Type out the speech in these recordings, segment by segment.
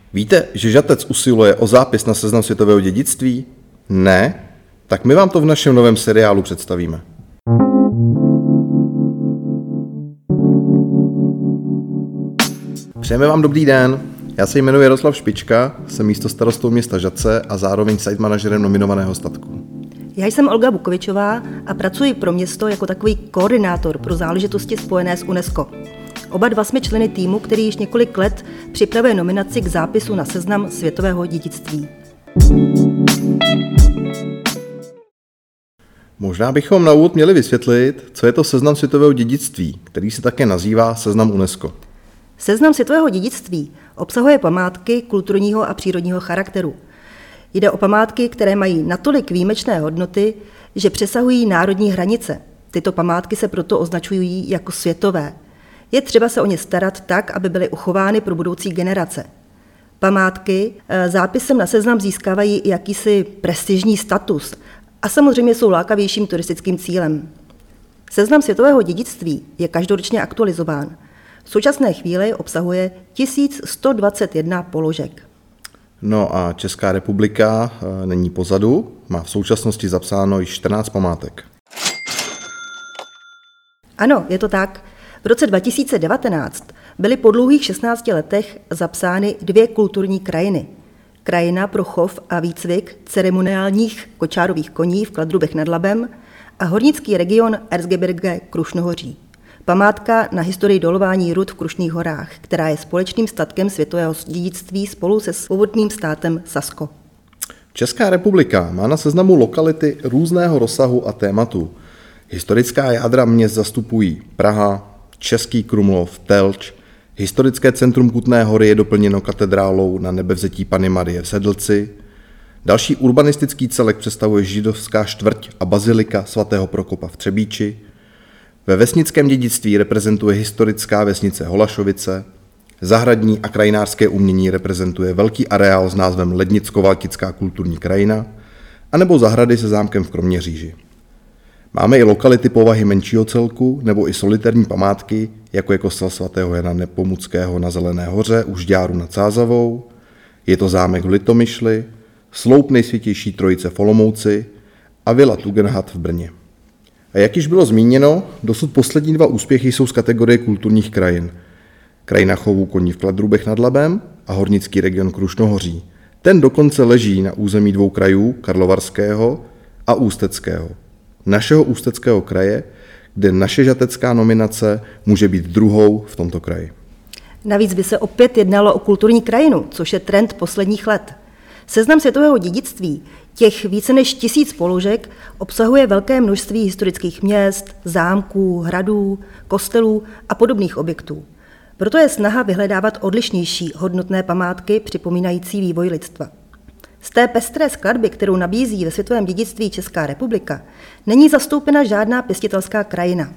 Víte, že Žatec usiluje o zápis na seznam světového dědictví? Ne? Tak my vám to v našem novém seriálu představíme. Přejeme vám dobrý den. Já se jmenuji Jaroslav Špička, jsem místostarostou města Žatce a zároveň site manažerem nominovaného statku. Já jsem Olga Bukovičová a pracuji pro město jako takový koordinátor pro záležitosti spojené s UNESCO. Oba dva jsme členy týmu, který již několik let připravuje nominaci k zápisu na seznam světového dědictví. Možná bychom na úvod měli vysvětlit, co je to seznam světového dědictví, který se také nazývá seznam UNESCO. Seznam světového dědictví obsahuje památky kulturního a přírodního charakteru. Jde o památky, které mají natolik výjimečné hodnoty, že přesahují národní hranice. Tyto památky se proto označují jako světové. Je třeba se o ně starat tak, aby byly uchovány pro budoucí generace. Památky zápisem na seznam získávají i jakýsi prestižní status a samozřejmě jsou lákavějším turistickým cílem. Seznam světového dědictví je každoročně aktualizován. V současné chvíli obsahuje 1121 položek. No a Česká republika není pozadu, má v současnosti zapsáno již 14 památek. Ano, je to tak. V roce 2019 byly po dlouhých 16 letech zapsány 2 kulturní krajiny. Krajina pro chov a výcvik ceremoniálních kočárových koní v Kladrubech nad Labem a hornický region Erzgebirge Krušnohoří. Památka na historii dolování rud v Krušných horách, která je společným statkem světového dědictví spolu se svobodným státem Sasko. Česká republika má na seznamu lokality různého rozsahu a tématu. Historická jádra měst zastupují Praha, Český Krumlov, Telč, historické centrum Kutné Hory je doplněno katedrálou Na Nebevzetí Panny Marie v Sedlci, další urbanistický celek představuje židovská čtvrť a bazilika svatého Prokopa v Třebíči, ve vesnickém dědictví reprezentuje historická vesnice Holašovice, zahradní a krajinářské umění reprezentuje velký areál s názvem Lednicko-Valtická kulturní krajina, anebo zahrady se zámkem v Kroměříži. Máme i lokality povahy menšího celku nebo i solitérní památky, jako je kostel svatého Jana Nepomuckého na Zelené hoře u Žďáru nad Sázavou, je to zámek v Litomyšli, sloup Nejsvětější Trojice v Olomouci a vila Tugendhat v Brně. A jak již bylo zmíněno, dosud poslední 2 úspěchy jsou z kategorie kulturních krajin. Krajina chovu koní v Kladrubech nad Labem a hornický region Krušnohoří. Ten dokonce leží na území 2 krajů, Karlovarského a Ústeckého. Našeho Ústeckého kraje, kde naše žatecká nominace může být druhou v tomto kraji. Navíc by se opět jednalo o kulturní krajinu, což je trend posledních let. Seznam světového dědictví, těch více než 1000 položek, obsahuje velké množství historických měst, zámků, hradů, kostelů a podobných objektů. Proto je snaha vyhledávat odlišnější hodnotné památky připomínající vývoj lidstva. Z té pestré skladby, kterou nabízí ve světovém dědictví Česká republika, není zastoupena žádná pěstitelská krajina.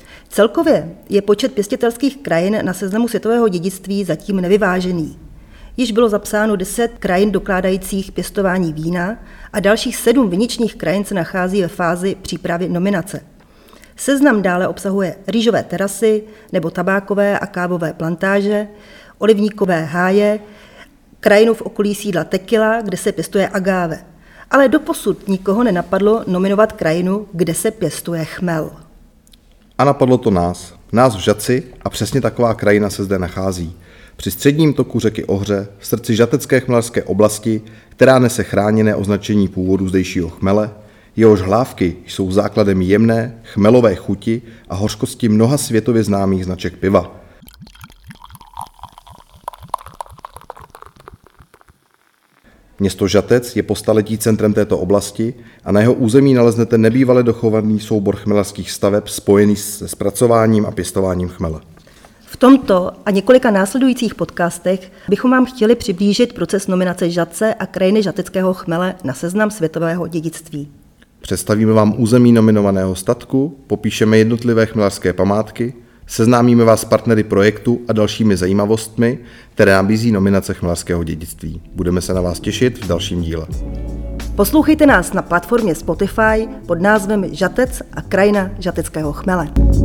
Celkově je počet pěstitelských krajin na seznamu světového dědictví zatím nevyvážený. Již bylo zapsáno 10 krajin dokládajících pěstování vína a dalších 7 viničních krajin se nachází ve fázi přípravy nominace. Seznam dále obsahuje rýžové terasy nebo tabákové a kávové plantáže, olivníkové háje, krajinu v okolí sídla Tequila, kde se pěstuje agáve. Ale doposud nikoho nenapadlo nominovat krajinu, kde se pěstuje chmel. A napadlo to nás v Žatci a přesně taková krajina se zde nachází. Při středním toku řeky Ohře, v srdci žatecké chmelarské oblasti, která nese chráněné označení původu zdejšího chmele, jehož hlávky jsou základem jemné, chmelové chuti a hořkosti mnoha světově známých značek piva. Město Žatec je po staletí centrem této oblasti a na jeho území naleznete nebývale dochovaný soubor chmelarských staveb spojený se zpracováním a pěstováním chmele. V tomto a několika následujících podcastech bychom vám chtěli přiblížit proces nominace Žatce a krajiny žateckého chmele na seznam světového dědictví. Představíme vám území nominovaného statku, popíšeme jednotlivé chmelarské památky, seznámíme vás s partnery projektu a dalšími zajímavostmi, které nabízí nominace chmelarského dědictví. Budeme se na vás těšit v dalším díle. Poslouchejte nás na platformě Spotify pod názvem Žatec a krajina žateckého chmele.